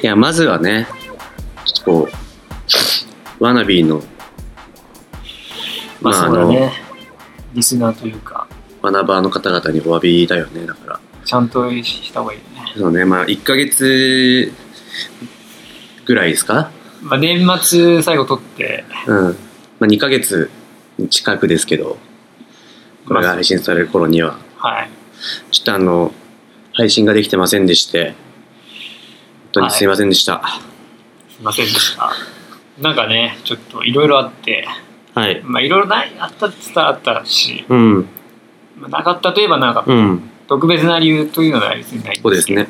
やまずはねちょっとこうワナビーのまあそうだね、リスナーというかワナバーの方々にお詫びだよね。だからちゃんとした方がいいよね。 そうね、まあ1ヶ月ぐらいですか。 まあ年末最後撮って、 まあ2ヶ月近くですけど、これが配信される頃には、 はい、 ちょっと配信ができてませんでして、本当にすいませんでした。 すいませんでした。なんかね、ちょっといろいろあって、 はい。 まあいろいろあったって言ったらあったし、 まあ、なかったといえばなかった。特別な理由というのは別にないんですけど。 そうですね。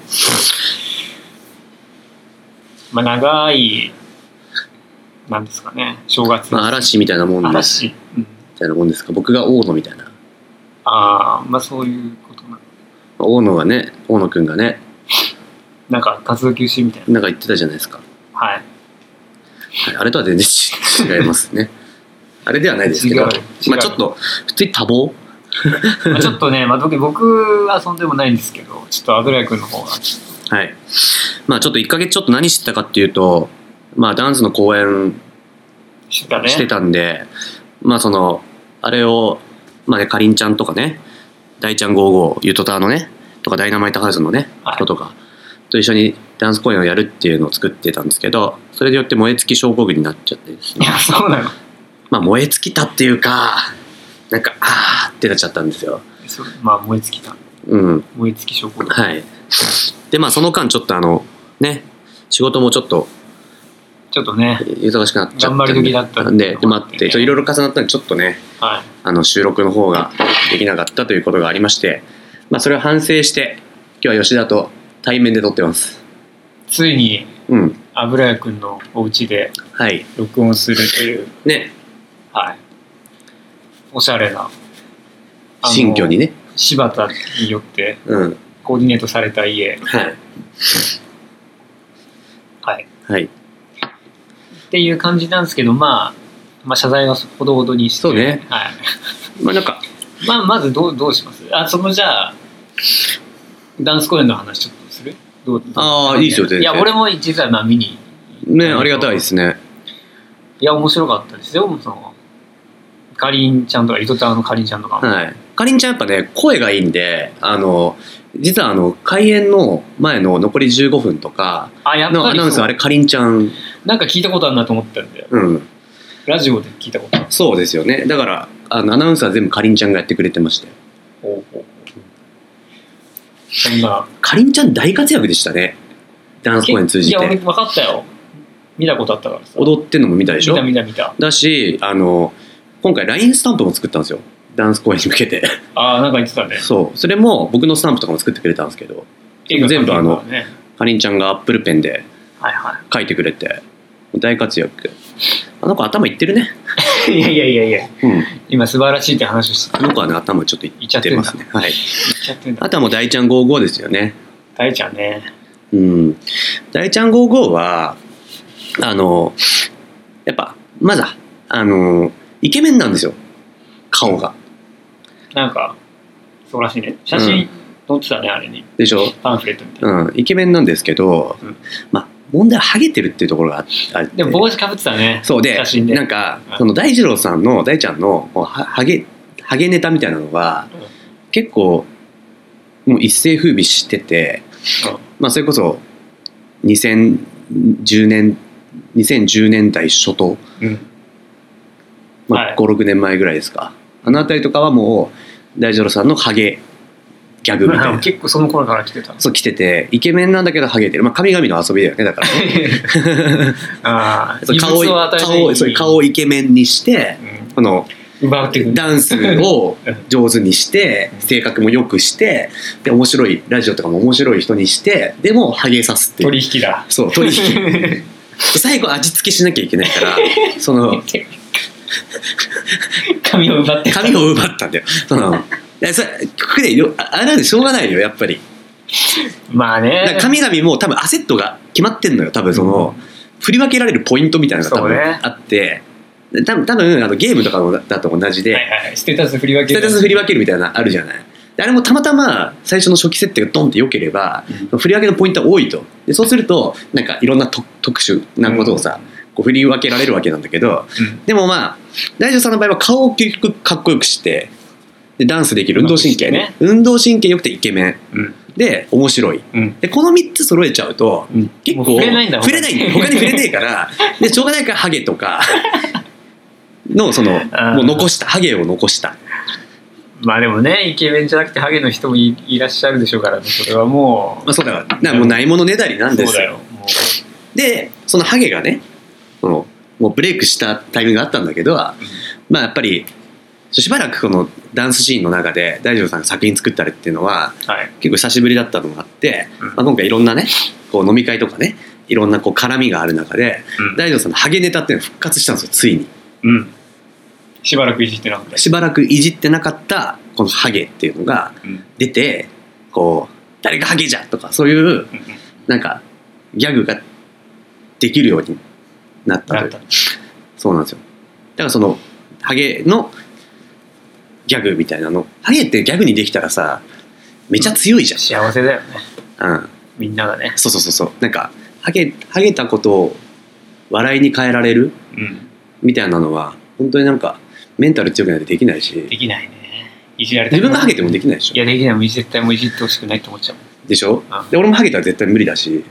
まあ長い、なんですかね、正月。 まあ嵐みたいなもんです。 嵐。 みたいなもんですか。僕が大野みたいな。 ああ、まあそういうことなの。 大野くんがね、 なんか活動休止みたいな。 なんか言ってたじゃないですか。 はい。 はい、あれとは全然違いますね。あれではないですけど、まあちょっと普通に多忙。 まあちょっとね、まあ僕はそんでもないんですけど、ちょっと油谷君の方がはい。まあちょっと1ヶ月ちょっと何してたかっていうと、まあダンスの公演してたんで、まああれをまあね、かりんちゃんとかね、大ちゃん55ゆとたわのねとかダイナマイトハウスのね、人とかと一緒にダンス公演をやるっていうのを作ってたんですけど、それによって燃え尽き症候群になっちゃってですね。 いや、そうなの。 まあ燃え尽きたっていうか、なんかあーってなっちゃったんですよ。 まあ燃え尽きた。燃え尽き症候群。 はい。でまあその間ちょっとね、仕事もちょっとね忙しくなっちゃったんで、頑張り時だったんで待っていろいろ重なったんでちょっとね、はい、収録の方ができなかったということがありまして、まあそれを反省して今日は吉田と対面で撮ってます。 ついに油谷君のお家で録音するという、ね、はい、おしゃれな新居にね、 柴田によってコーディネートされた家、はいはいはい、っていう感じなんですけど、まあ謝罪はほどほどにして、 そうね、 はい、 まあなんかまずどうします？じゃあダンス公演の話ちょっとする？ ああいいですよ全然。 いや俺も実は見にね、ありがたいですね。 いや面白かったですよ。かりんちゃんとか糸タワのかりんちゃんとか、 はい、かりんちゃんやっぱね声がいいんで、実は開演の前の残り15分とかのアナウンス、あれかりんちゃんなんか聞いたことあるなと思ったんだよ、ラジオで聞いたことある。 そうですよね。だからアナウンスは全部かりんちゃんがやってくれてまして、 そんなかりんちゃん大活躍でしたね、ダンス公演通じて。 いや俺分かったよ、見たことあったからさ。 踊ってんのも見たでしょ。 見ただし今回 LINE スタンプも作ったんですよ、ダンス公演に向けて。 なんか言ってたね。 そう、それも僕のスタンプとかも作ってくれたんですけど、全部かりんちゃんがアップルペンで書いてくれて、大活躍。頭いってるね。 いや、今素晴らしいって話をしてた。 はね頭ちょっといってますね。はい。あとはもう大ちゃん55ですよね。 大ちゃんね。 大ちゃん55はやっぱまだイケメンなんですよ、顔が。なんかそうらしいね。写真撮ってたね、あれに。 でしょ。 パンフレットみたいな。 イケメンなんですけど、まあ問題はハゲてるっていうところがあって。 でも帽子かぶってたね。 そうで、 写真でなんか大二郎さんの大ちゃんのハゲネタみたいなのが結構もう一世風靡してて、まあそれこそ2010年代初頭、5、6年前ぐらいですか。あの辺りとかはもう大二郎さんのハゲギャグみたいな。 結構その頃から来てた。 そう来てて、イケメンなんだけどハゲてる。まあ神々の遊びだよね、だからね。顔をイケメンにして、ダンスを上手にして性格も良くして、で面白いラジオとかも面白い人にして、でもハゲさすっていう取引だ。 そう取引。最後味付けしなきゃいけないから髪を奪ったんだよ。これあれなんでしょうがないよ、やっぱり。 まあね。 神々も多分アセットが決まってんのよ。多分振り分けられるポイントみたいなのが多分あって、多分ゲームとかだと同じで、 ステータス振り分けるみたいなのあるじゃない。 であれもたまたま最初の初期設定がドンって良ければ、振り分けのポイントは多いと。でそうするとなんかいろんな特殊なことをさ、こう振り分けられるわけなんだけど、でもまあ大丈さんの場合は顔を結局かっこよくしてでダンスできる運動神経ね、運動神経よくてイケメン、で面白い、でこの3つ揃えちゃうと、結構触れないんだ他に触れねえからでしょうがないからハゲとかのそのもう残したハゲを残した。 まあでもねイケメンじゃなくてハゲの人も いらっしゃるでしょうからね。それはもう、 まあ、そうだからもうないものねだりなんですよ。そうだよもう。でそのハゲがねもうブレイクしたタイミングがあったんだけど、まあやっぱりしばらくこのダンスシーンの中で大丈さんが作品作ったりっていうのは、結構久しぶりだったのがあって、まあ、今回いろんなねこう飲み会とかねいろんなこう絡みがある中で、大丈さんのハゲネタっていうのが復活したんですよついに。 しばらくいじってなかった。 しばらくいじってなかったこのハゲっていうのが出て、こう誰がハゲじゃとかそういうなんかギャグができるようになったという。そうなんですよ。だからそのハゲのギャグみたいなの、ハゲってギャグにできたらさめちゃ強いじゃん。 幸せだよね。みんながね。 そうなんかハゲたことを笑いに変えられる、みたいなのは本当になんかメンタル強くないとできないし。 できないね。いじられた自分がハゲてもできないでしょ。 いやできない。も絶対もういじってほしくないと思っちゃうでしょ。で俺もハゲたら絶対無理だし、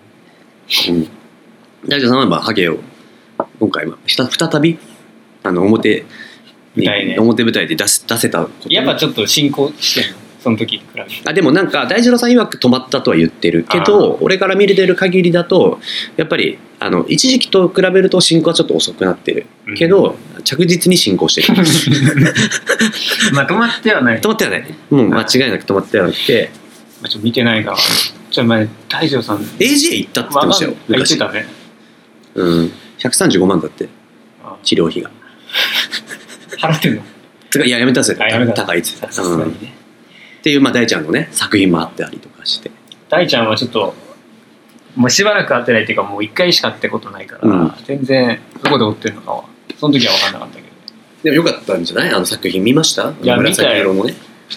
大丈さんはハゲを今回再び表舞台で出せたこと。 やっぱちょっと進行してるのその時に比べて。 でもなんか大二郎さん曰く止まったとは言ってるけど、俺から見れてる限りだとやっぱり一時期と比べると進行はちょっと遅くなってるけど、着実に進行してるまあ止まってはないもう間違いなく止まってはなくて、 ちょっと見てないから前大二郎さん AGA 行ったって言ってましたよ言ってたね。 135万だって治療費が払ってんの。 いややめたんですよ高いっつってっていう大ちゃんのね作品もあったりとかして、 大ちゃんはちょっともうしばらく会ってないっていうかもう1回しか会ったことないから、全然どこで追ってるのかはその時は分かんなかったけど。 でもよかったんじゃない？作品見ました？ いや紫色のね。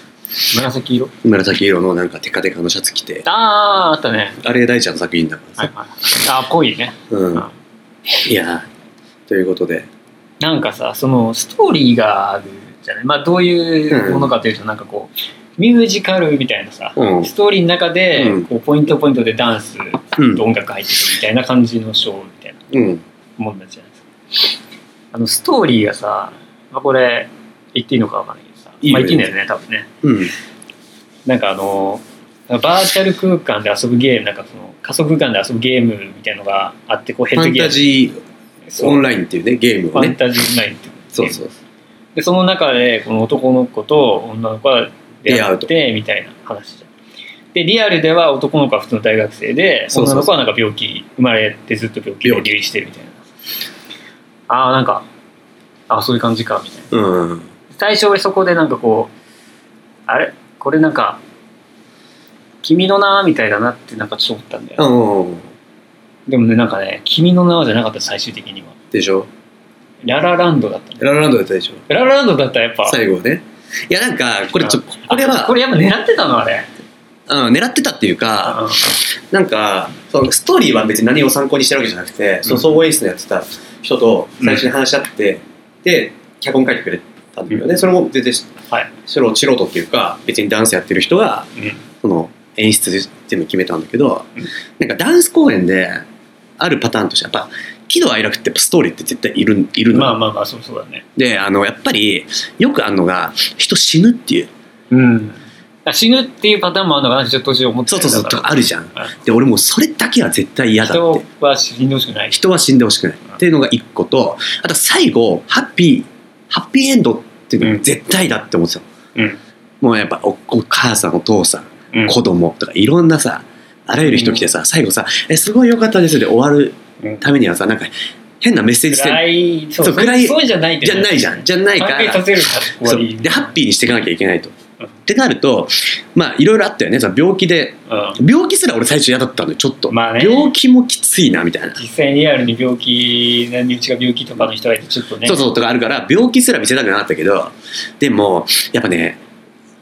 紫色のなんかテカテカのシャツ着て。 あったね。 あれ大ちゃんの作品だからさ。ぽいね。 いやということでなんかさそのストーリーがあるじゃない。まあどういうものかというと、なんかこうミュージカルみたいなさ、ストーリーの中でこうポイントでダンスと音楽入ってくるみたいな感じのショーみたいなもんなんじゃないですか。ストーリーがさ、これ言っていいのかわかんないけどさ、言っていいんだよね多分ね。なんかバーチャル空間で遊ぶゲーム、なんかその仮想空間で遊ぶゲームみたいなのがあって、こうヘッドゲーム、 ファンタジーオンラインっていうねゲームをね、 ファンタジーオンラインっていう、 そうでその中でこの男の子と女の子が出会ってみたいな話じゃん。でリアルでは男の子は普通の大学生で、女の子はなんか病気、生まれてずっと病気で入院してるみたいな。なんかそういう感じかみたいな。最初はそこでなんかこうこれなんか君の名みたいだなってなんかちょっと思ったんだよ。でもねなんかね君の名じゃなかった最終的には。 でしょ。 ララランドだった。 ララランドだったでしょ。 ララランドだったやっぱ。 最後はね。いやなんかこれこれやっぱ狙ってたのあれ。 狙ってたっていうか、なんかそのストーリーは別に何を参考にしてるわけじゃなくて、その総合演出のやってた人と最初に話し合って、で脚本書いてくれたんだけどね、それも全然素人っていうか別にダンスやってる人がその演出で全部決めたんだけど、なんかダンス公演であるパターンとしてやっぱ喜怒哀楽ってやっぱストーリーって絶対いるの。 まあそうだね。 でやっぱりよくあるのが人死ぬっていう。 死ぬっていうパターンもあるのかなってちょっと思ってた。 そうあるじゃん。で俺もうそれだけは絶対嫌だって。 人は死んでほしくない。 人は死んでほしくないっていうのが一個と、あと最後ハッピーエンドっていうのが絶対だって思ってたの。もうやっぱお母さんお父さん、子供とかいろんなさあらゆる人来てさ、最後さすごい良かったですで終わるためにはさ、なんか変なメッセージ性そうじゃないじゃないからでハッピーにしていかなきゃいけないと。ってなるといろいろあったよね。病気すら俺最初嫌だったのよちょっと、病気もきついなみたいな。 実際にリアルに病気何日が病気とかの人がいてちょっとねとかあるから病気すら見せたくなかったけど、でもやっぱね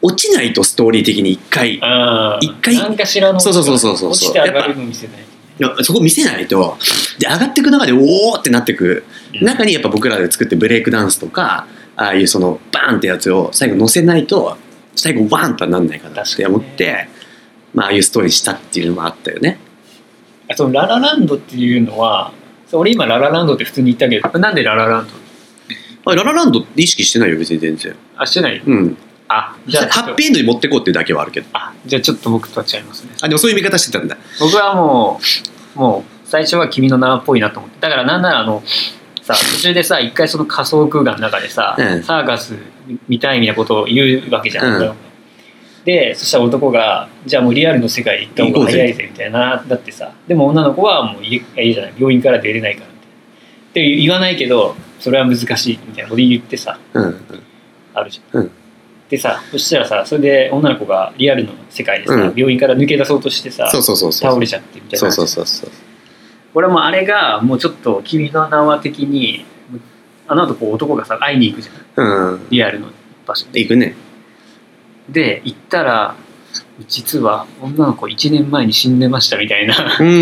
落ちないとストーリー的に一回何かしらのそう落ちて上がるの見せない。 いやそこ見せないとで上がっていく中でおーってなってく中にやっぱ僕らで作ってブレイクダンスとかああいうそのバーンってやつを最後乗せないと最後ワーンとはなんないかなって思って、まあああいうストーリーしたっていうのもあったよね。 そのララランドっていうのは俺今ララランドって普通に言ったけどなんでララランドララランドって意識してないよ別に全然。 してない。 じゃあハッピーエンドに持ってこうっていうだけはあるけど。 じゃあちょっと僕とは違いますね。 でもそういう見方してたんだ。 僕はもう最初は君の名はっぽいなと思ってだからなんならさ途中でさ一回その仮想空間の中でさ、サーカス見たいみたいなことを言うわけじゃん、でそしたら男がじゃあもうリアルの世界行った方が早いぜみたいなだってさでも女の子はもう家じゃない病院から出れないからって言わないけどそれは難しいみたいなこと言ってさ、あるじゃん、でさそしたらさそれで女の子がリアルの世界でさ、病院から抜け出そうとしてさ倒れちゃってみたいな。俺はもうあれがもうちょっと君の名は的にあの後こう男がさ会いに行くじゃん、リアルの場所で行くね。 で行ったら実は女の子1年前に死んでましたみたいな、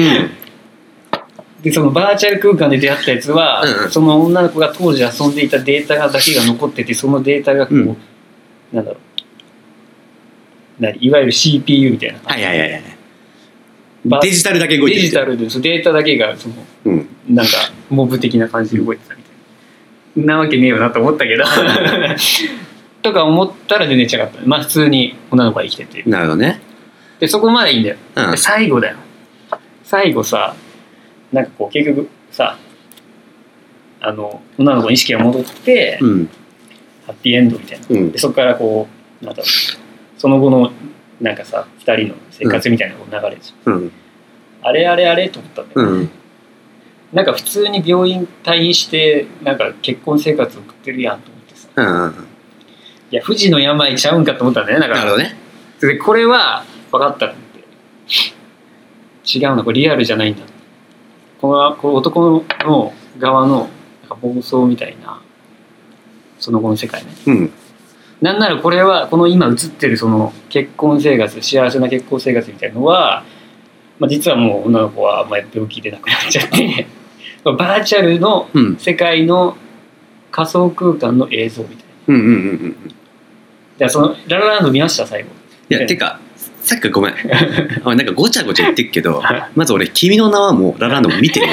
でそのバーチャル空間で出会ったやつは、その女の子が当時遊んでいたデータだけが残っててそのデータがこう、なんだろういわゆる CPU みたいな、 デジタルだけ動いてる。 デジタルでそのデータだけがその、なんかモブ的な感じで動いてたみたいな、なわけねえよなと思ったけどとか思ったら全然違かった。まあ普通に女の子が生きてて。 なるほどね。 でそこまでいいんだよ。で最後だよ。最後さなんかこう結局さ女の子に意識が戻って、ハッピーエンドみたいな、でそこからこうなんだろうその後のなんかさ2人の生活みたいなのが流れるじゃん、あれと思ったんだよね、なんか普通に病院退院してなんか結婚生活送ってるやんと思ってさ、いや不治の病ちゃうんかと思ったんだよね。だからなるほどね。 でこれは分かったって違うなこれリアルじゃないんだこの男の側のなんか暴走みたいなその後の世界ね、なんならこれはこの今映ってるその結婚生活幸せな結婚生活みたいなのは、実はもう女の子は病気で亡くなっちゃってバーチャルの世界の仮想空間の映像みたいな、でそのララランド見ました最後。 いやてかさっきごめんなんかごちゃごちゃ言ってるけどまず俺君の名はもうララランドも見てね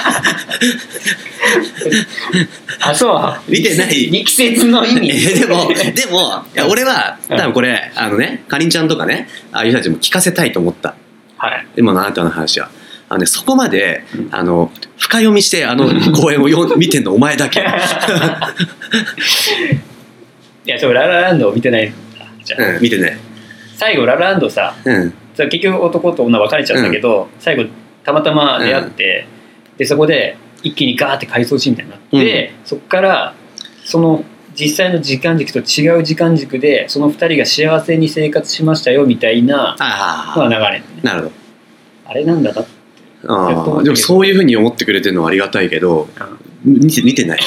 そう見てない。 力説の意味でもいや俺は多分これかりんちゃんとかねああいう人たちも聞かせたいと思った、今のあなたの話はそこまで深読みして講演を見てんのお前だけいやララランドを見てないんだじゃあ、 見てない。 最後ララランドさ、結局男と女別れちゃったけど、最後たまたま出会って、でそこで一気にガーって回想シーンみたいになって、そこからその実際の時間軸と違う時間軸でその2人が幸せに生活しましたよみたいなのが流れる、 なるほど。 あれなんだなって。 でもそういうふうに思ってくれてるのはありがたいけど、見てない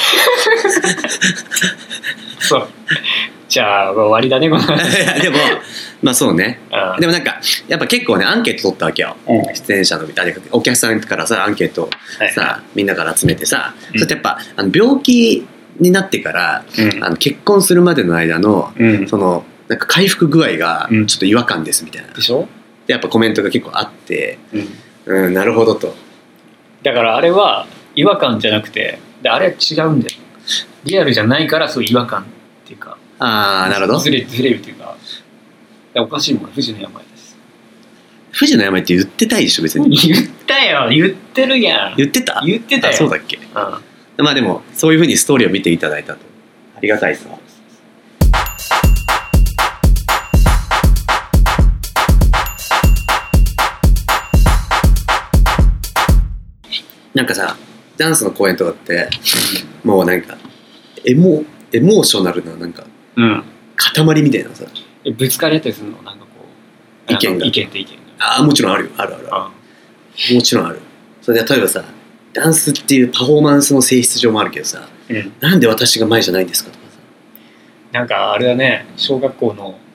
そうじゃあ終わりだねこの話でもそうね、でもなんかやっぱ結構ねアンケート取ったわけよ、出演者のお客さんからさアンケートさ、みんなから集めてさ、それってやっぱ病気になってから、結婚するまでの間の、そのなんか回復具合がちょっと違和感ですみたいな、 でしょ。 でやっぱコメントが結構あって、なるほどと。 だからあれは違和感じゃなくてあれは違うんだよ。リアルじゃないからそういう違和感っていうか、 なるほど、 ずれるっていうか、おかしいもん。不治の病です。 不治の病って言ってたいでしょ別に。 言ったよ、言ってるやん。 言ってたよ。そうだっけ。でもそういう風にストーリーを見ていただいたとありがたいですわ。なんかさダンスの公演とかってもうなんかエモーショナルななんか塊みたいなさ、 ぶつかり合ったりするのなんかこう意見がもちろんあるよ。あるもちろんある。それで例えばさダンスっていうパフォーマンスの性質上もあるけどさ、なんで私が前じゃないんですかとかさ、 なんかあれだね、小学校の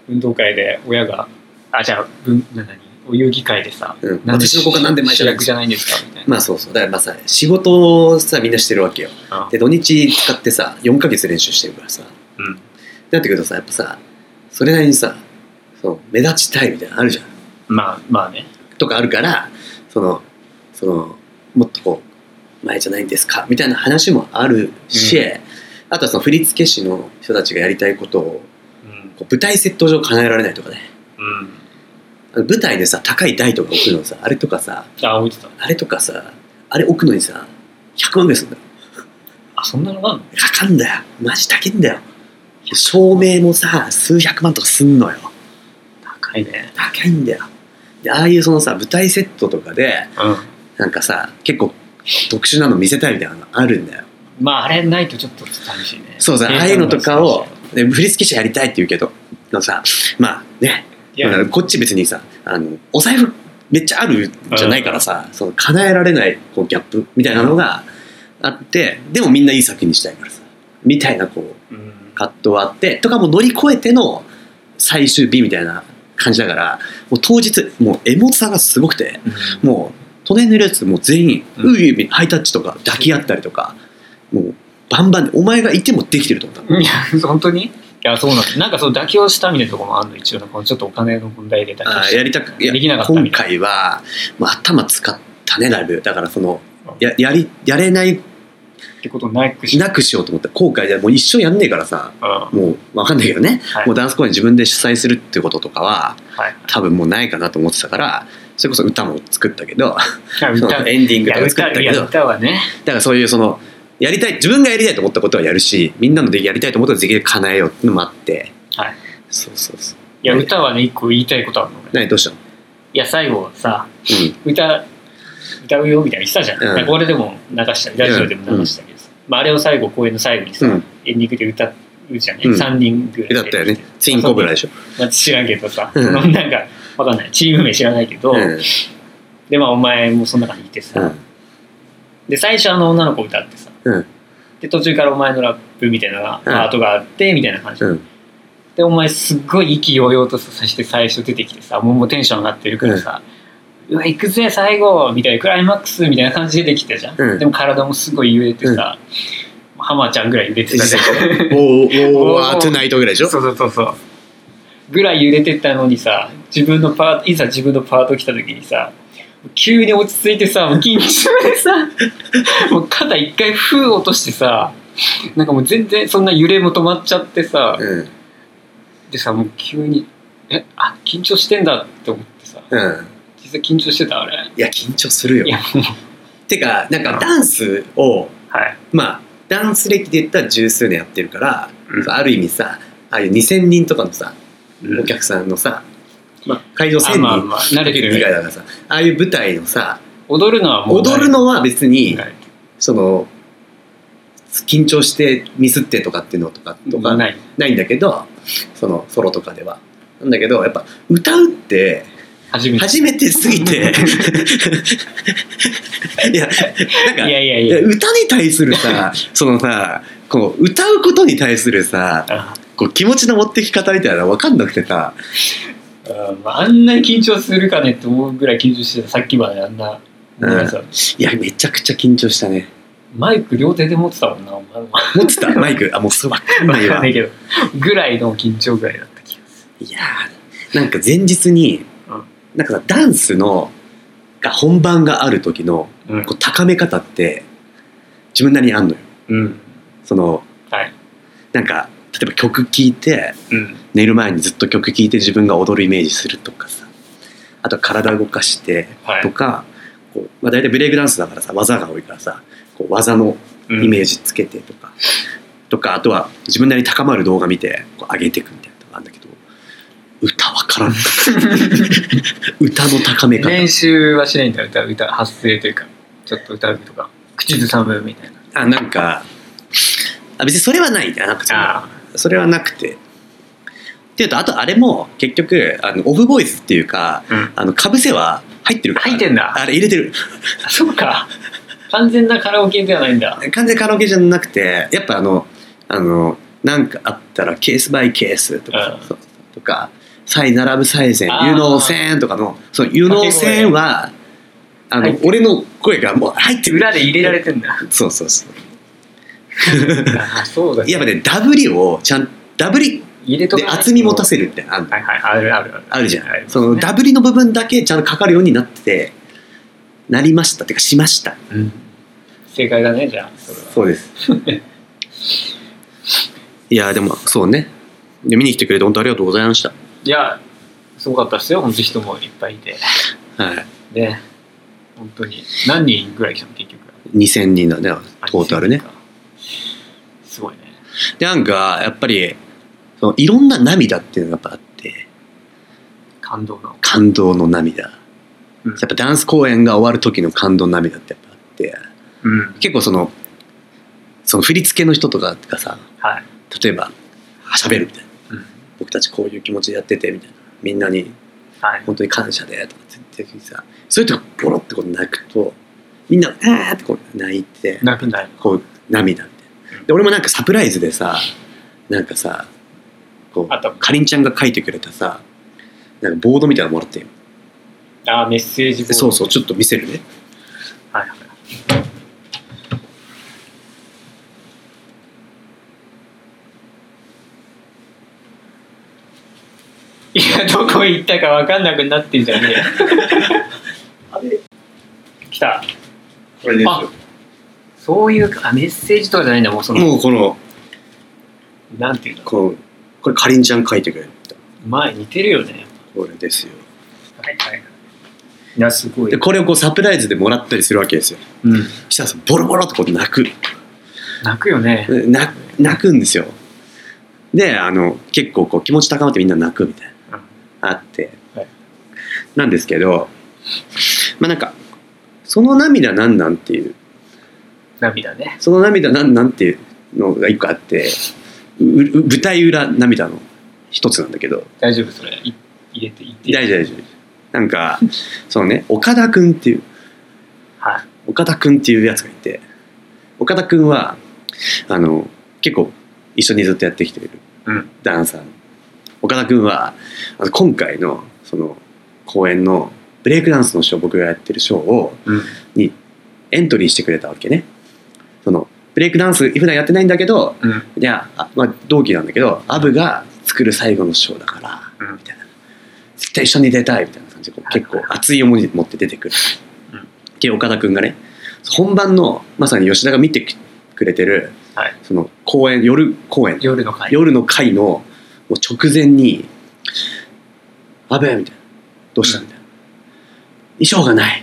運動会で親がじゃあお遊戯会でさ、 私の子が何で主役じゃないんですかみたいな。 まあそうだからまあさ仕事をさみんなしてるわけよ。で土日使ってさ4ヶ月練習してるからさ、だってけどさやっぱさそれなりにさ目立ちたいみたいなのあるじゃん。 まあねとかあるからもっとこう前じゃないんですかみたいな話もあるし、あとは振付師の人たちがやりたいことを、こう舞台セット上叶えられないとかね、舞台でさ高い台とか置くのさあれとかさあれとかさあれ置くのにさ100万ぐらいするんだよ。 そんなのがあんの？ かかんだよマジ高いんだよ。照明もさ数百万とかすんのよ。 高いね。 高いんだよ。でああいうさ舞台セットとかで、なんかさ結構特殊なの見せたいみたいなのあるんだよ。 あれないとちょっと寂しいね。 そうさああいうのとかを振付師やりたいって言うけどさまあねこっち別にさお財布めっちゃあるじゃないからさ、叶えられないこうギャップみたいなのがあって、でもみんないい作品にしたいからさみたいなこう葛藤はあってとかも乗り越えての最終日みたいな感じだから、もう当日もうエモさがすごくて、もう隣にいるやつもう全員ハイタッチとか抱き合ったりとかもうバンバンでお前がいてもできてると思った。 いや本当にいやそうなんです。なんか妥協したみたいなところもあるの一応ちょっとお金の問題で妥協してできなかったみたいな。 今回はもう頭使ったねだいぶ。だからやれないってことをなくしようと思った。後悔でもう一生やんねえからさ、もう分かんないけどね、もうダンス公演自分で主催するってこととかは、多分もうないかなと思ってたから、それこそ歌も作ったけどエンディングとか作ったけど、 歌はね、 だからそういうやりたい自分がやりたいと思ったことはやるし、みんなのやりたいと思ったらできる叶えようっていうのもあって、そういや歌はね一個言いたいことあるのね。 どうしたの？ いや最後さ、歌うよみたいな言ってたじゃん。なんかこれでも流したりラジオでも流したけどさ、あれを最後公演の最後にさ、エンディングで歌うじゃんね。3人ぐらいだったよね。ツインコブラでしょ。 知らんけどさ、なんかわかんないチーム名知らないけど、でお前もその中にいてさ、で最初女の子歌ってさ、で途中からお前のラップみたいなパートがあってみたいな感じで、お前すっごい意気揚々とさして最初出てきてさ、もうテンション上がってるからさ、うわ行くぜ最後みたいなクライマックスみたいな感じで出てきたじゃん。でも体もすごい揺れてさ、浜ちゃんぐらい揺れてたじゃん。 おートゥナイトぐらいでしょ。 そうぐらい揺れてたのにさ、いざ自分のパート来た時にさ、急に落ち着いてさ、もう緊張でさもう肩一回フー落としてさ、なんかもう全然そんな揺れも止まっちゃってさ、でさもう急に緊張してんだって思ってさ、実際緊張してたあれ。 いや緊張するよ。てかなんかダンスを、ダンス歴で言ったら十数年やってるから、ある意味さ、ああいう2000人とかのさ、お客さんのさ、会場1000人慣れてる以外だからさ、ああいう舞台のさ、 踊るのは別に緊張してミスってとかっていうのとかないんだけど、ソロとかではなんだけど、やっぱ歌うって初めてすぎていやなんか歌に対するさこう歌うことに対するさこう気持ちの持ってき方みたいなの分かんなくてさ、 あんなに緊張するかねって思うぐらい緊張してた。さっきまであんな、 いやめちゃくちゃ緊張したね。 マイク両手で持ってたもんな。持ってたマイクもうそれ分かんないわ。分かんないけどぐらいの緊張ぐらいだった気がする。 いやなんか前日になんかダンスの本番がある時のこう高め方って自分なりにあんのよ。なんか例えば曲聴いて、寝る前にずっと曲聴いて自分が踊るイメージするとかさ、あとは体動かしてとか、こう大体ブレイクダンスだからさ技が多いからさ、こう技のイメージつけてとか、あとは自分なりに高まる動画見てこう上げていくみたいなのがあるんだけど、歌わからん歌の高め方。 練習はしないんだ。歌発声というかちょっと歌うとか口ずさむみたいな。 なんか別にそれはないなくて、それはなくてっていうと、あとあれも結局オフボイスっていうか、かぶせは入ってるから。 入ってんだ。 あれ入れてる。 そうか、完全なカラオケではないんだ。 完全カラオケじゃなくて、やっぱなんかあったらケースバイケースとか、とかサイ並ぶ最前湯の線とかのその湯の線は俺の声がもう入ってる裏で入れられてんだ。 そうそうそうだね。 やっぱねダブリをちゃんダブリで厚み持たせるってある、 はいはい、あるあるあるじゃん、ね、そのダブリの部分だけちゃんとかかるようになってなりましたっていうかしました、 うん、正解だねじゃあそれは。 そうですいやでもそうねで見に来てくれて本当ありがとうございました。 いやすごかったですよ本当人もいっぱいいて、 はいで本当に何人ぐらい来たの結局。 2000人だねトータルね。 すごいね。 でなんかやっぱりそのいろんな涙っていうのがやっぱあって感動の涙、うん、やっぱダンス公演が終わる時の感動の涙ってやっぱあって、うん、結構その振り付けの人とかがさ、はい、例えば喋るみたいな、うん、僕たちこういう気持ちでやっててみたいなみんなに本当に感謝でとかって言ってさ、そういう人がボロってこう泣くとみんなあーってこう泣いてこう涙みたいな。で俺もなんかサプライズでさなんかさこうかりんちゃんが書いてくれたさなんかボードみたいなのもらってよ。 あメッセージボード。 そうそうちょっと見せるね。 はいはい。いやどこ行ったか分かんなくなってんじゃねえよあれ来たこれですよ。 あそういうメッセージとかじゃないんだもうこのなんていうのこれかりんちゃん書いてくれた。 前似てるよね。 これですよ。 はいはい。いやすごい。 でこれをこうサプライズでもらったりするわけですよ。うん。したらボロボロとこう泣くよね。 泣くんですよ。で結構こう気持ち高まってみんな泣くみたいな、うん、あって、はい、なんですけどまあなんかその涙なんなんっていう涙ね。 その涙なんなんっていうのが一個あって舞台裏涙の一つなんだけど。 大丈夫それ入れていって大丈夫なんかそのね岡田くんっていう、はい、岡田くんっていうやつがいて岡田くんは結構一緒にずっとやってきているダンサー、うん、岡田くんは今回のその公演のブレイクダンスのショー僕がやってるショーを、うん、にエントリーしてくれたわけね。そのブレイクダンス普段やってないんだけど、うん、いやまあ、同期なんだけどアブが作る最後のショーだから、うん、みたいな絶対一緒に出たいみたいな感じで結構熱い思い持って出てくる、うん、で岡田くんがね本番のまさに吉田が見てくれてる、はい、その公演夜の回のもう直前に「アブみたいな「どうした?」みたいな「衣装がない」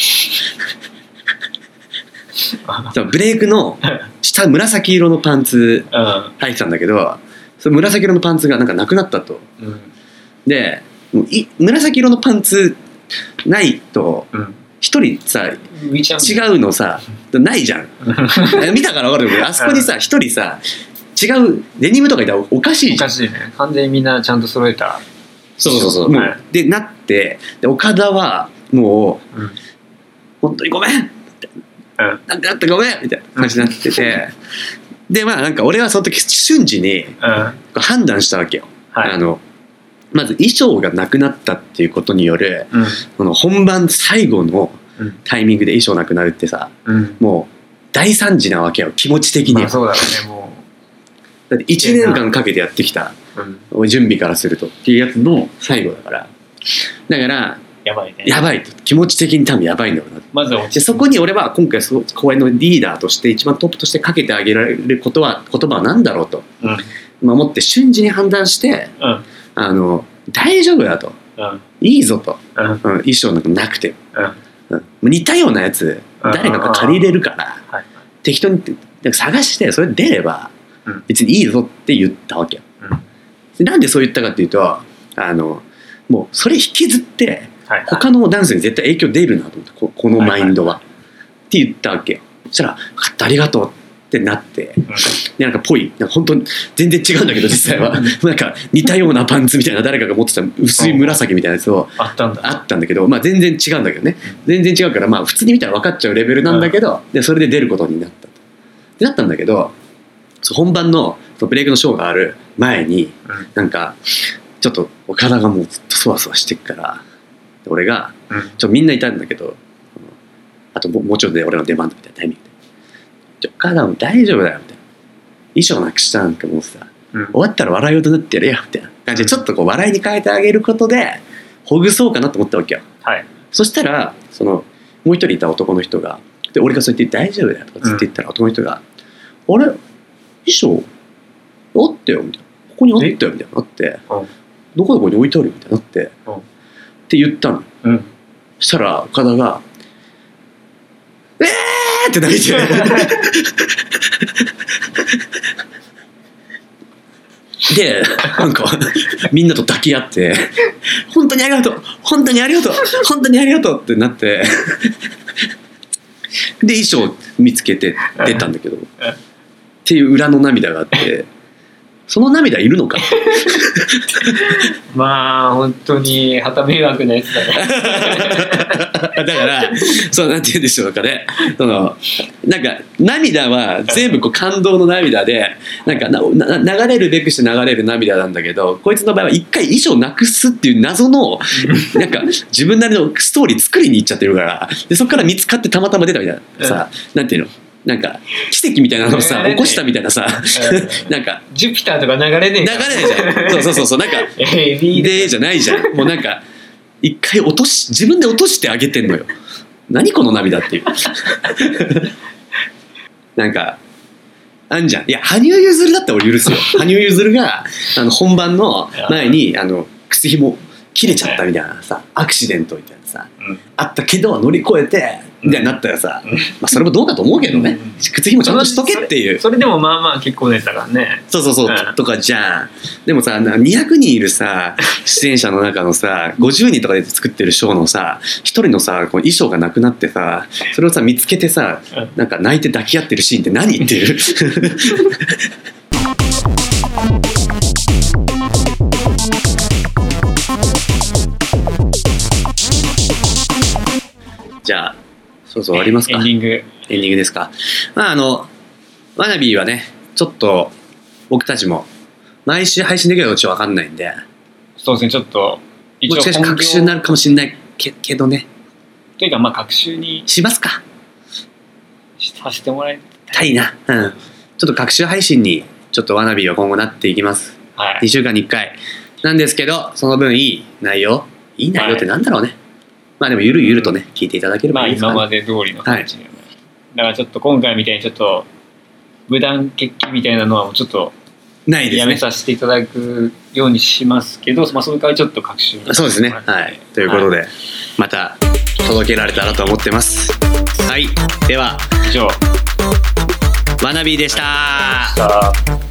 ブレイクの下紫色のパンツ履いてたんだけどその紫色のパンツがなんかなくなったと、うん、でもう紫色のパンツないと一人さ違うのさないじゃん見たから分かるけどあそこにさ一人さ違うデニムとかいたらおかしいじゃん。 おかしいね。完全にみんなちゃんと揃えた。 そうもう、はい、でなってで岡田はもう、うん、本当にごめんなんかあったごめんみたいな感じになってて、うん、でまあなんか俺はその時瞬時に判断したわけよ、はい、まず衣装がなくなったっていうことによる、うん、この本番最後のタイミングで衣装なくなるってさ、うん、もう大惨事なわけよ気持ち的には、 まあ、そうだろうね。もうだって1年間かけてやってきた、うん、準備からするとっていうやつの最後だからやばいね。 やばいと気持ち的に多分やばいんだろうな。 まずでそこに俺は今回公演のリーダーとして一番トップとしてかけてあげられる言葉は何だろうと、うん、思って瞬時に判断して、うん、大丈夫だと、うん、いいぞと、うん、衣装なんかなくて、うんうん、似たようなやつ誰かが借りれるから、はい、適当に探してそれ出れば別にいいぞって言ったわけよ、うん、なんでそう言ったかっていうともうそれ引きずって他のダンスに絶対影響出るなと思ってこのマインドは、って言ったわけよ。そしたら分かったありがとうってなって、うん、でなんかぽいなんか本当全然違うんだけど実際はなんか似たようなパンツみたいな誰かが持ってた薄い紫みたいなやつをあったんだけど、まあ、全然違うんだけどね全然違うからまあ普通に見たら分かっちゃうレベルなんだけど、でそれで出ることになったってなったんだけど本番のブレイクのショーがある前になんかちょっと体がもうずっとそわそわしてっから、俺がみんないたんだけど、あともうちょっとで俺の出番みたいなタイミングで、体も大丈夫だよみたいな、衣装なくしたなんかもうさ、終わったら笑い事になってやれよみたいな感じで、ちょっとこう笑いに変えてあげることでほぐそうかなと思ったわけよ、はい、そしたらもう一人いた男の人が、で俺がそう言って大丈夫だよとかずっと言ったら、男の人が、あれ衣装あったよみたいな、ここにあったよみたいななって、どこどこに置いてあるみたいになって、って言ったの、そしたら岡田がって泣いてでなんかみんなと抱き合って本当にありがとう本当にありがとう本当にありがとうってなってで衣装見つけて出たんだけどっていう裏の涙があって、その涙いるのかまあ本当に旗迷惑なやつだからだからそうなんて言うんでしょうかね、なんか涙は全部こう感動の涙で、なんか流れるべくして流れる涙なんだけど、こいつの場合は一回衣装なくすっていう謎のなんか自分なりのストーリー作りに行っちゃってるから、でそこから見つかってたまたま出たみたいなさ、なんていうの、なんか奇跡みたいなのをさ起こしたみたいなさ、なんかジュピターとか流れねえじゃんそうなんかでじゃないじゃん、もうなんか一回自分で落としてあげてんのよ。何この涙っていうなんかあんじゃん、いや羽生結弦だったら俺許すよ羽生結弦が本番の前に靴ひも切れちゃったみたいなさ、アクシデントみたいなさ、あったけど乗り越えてみたいになったらさ、まあそれもどうかと思うけどね、靴ひもちゃんとしとけっていう、 それでもまあまあ結構ネタだからね、 そうとかじゃん。でもさ200人いるさ出演者の中のさ50人とかで作ってるショーのさ1人のさこの衣装がなくなってさ、それをさ見つけてさなんか泣いて抱き合ってるシーンって何っていうじゃあそう終わりますか。 エンディングですか。まあワナビーはねちょっと僕たちも毎週配信できるかどうか分かんないんで、 そうですね、ちょっともしかして隔週になるかもしれないけどね、 というかまあ隔週にしますか、 させてもらいたいな、ちょっと隔週配信にちょっとワナビーは今後なっていきます、2週間に1回なんですけど、その分いい内容ってなんだろうね、まあでもゆるゆるとね聞いていただければいいですかね。 まあ今まで通りの感じ、だからちょっと今回みたいにちょっと無断欠勤みたいなのはちょっとないですね、 やめさせていただくようにしますけど、まあそれからちょっと各種そうですね、はいということで、また届けられたらと思ってます。はい、では以上ワナビーでした。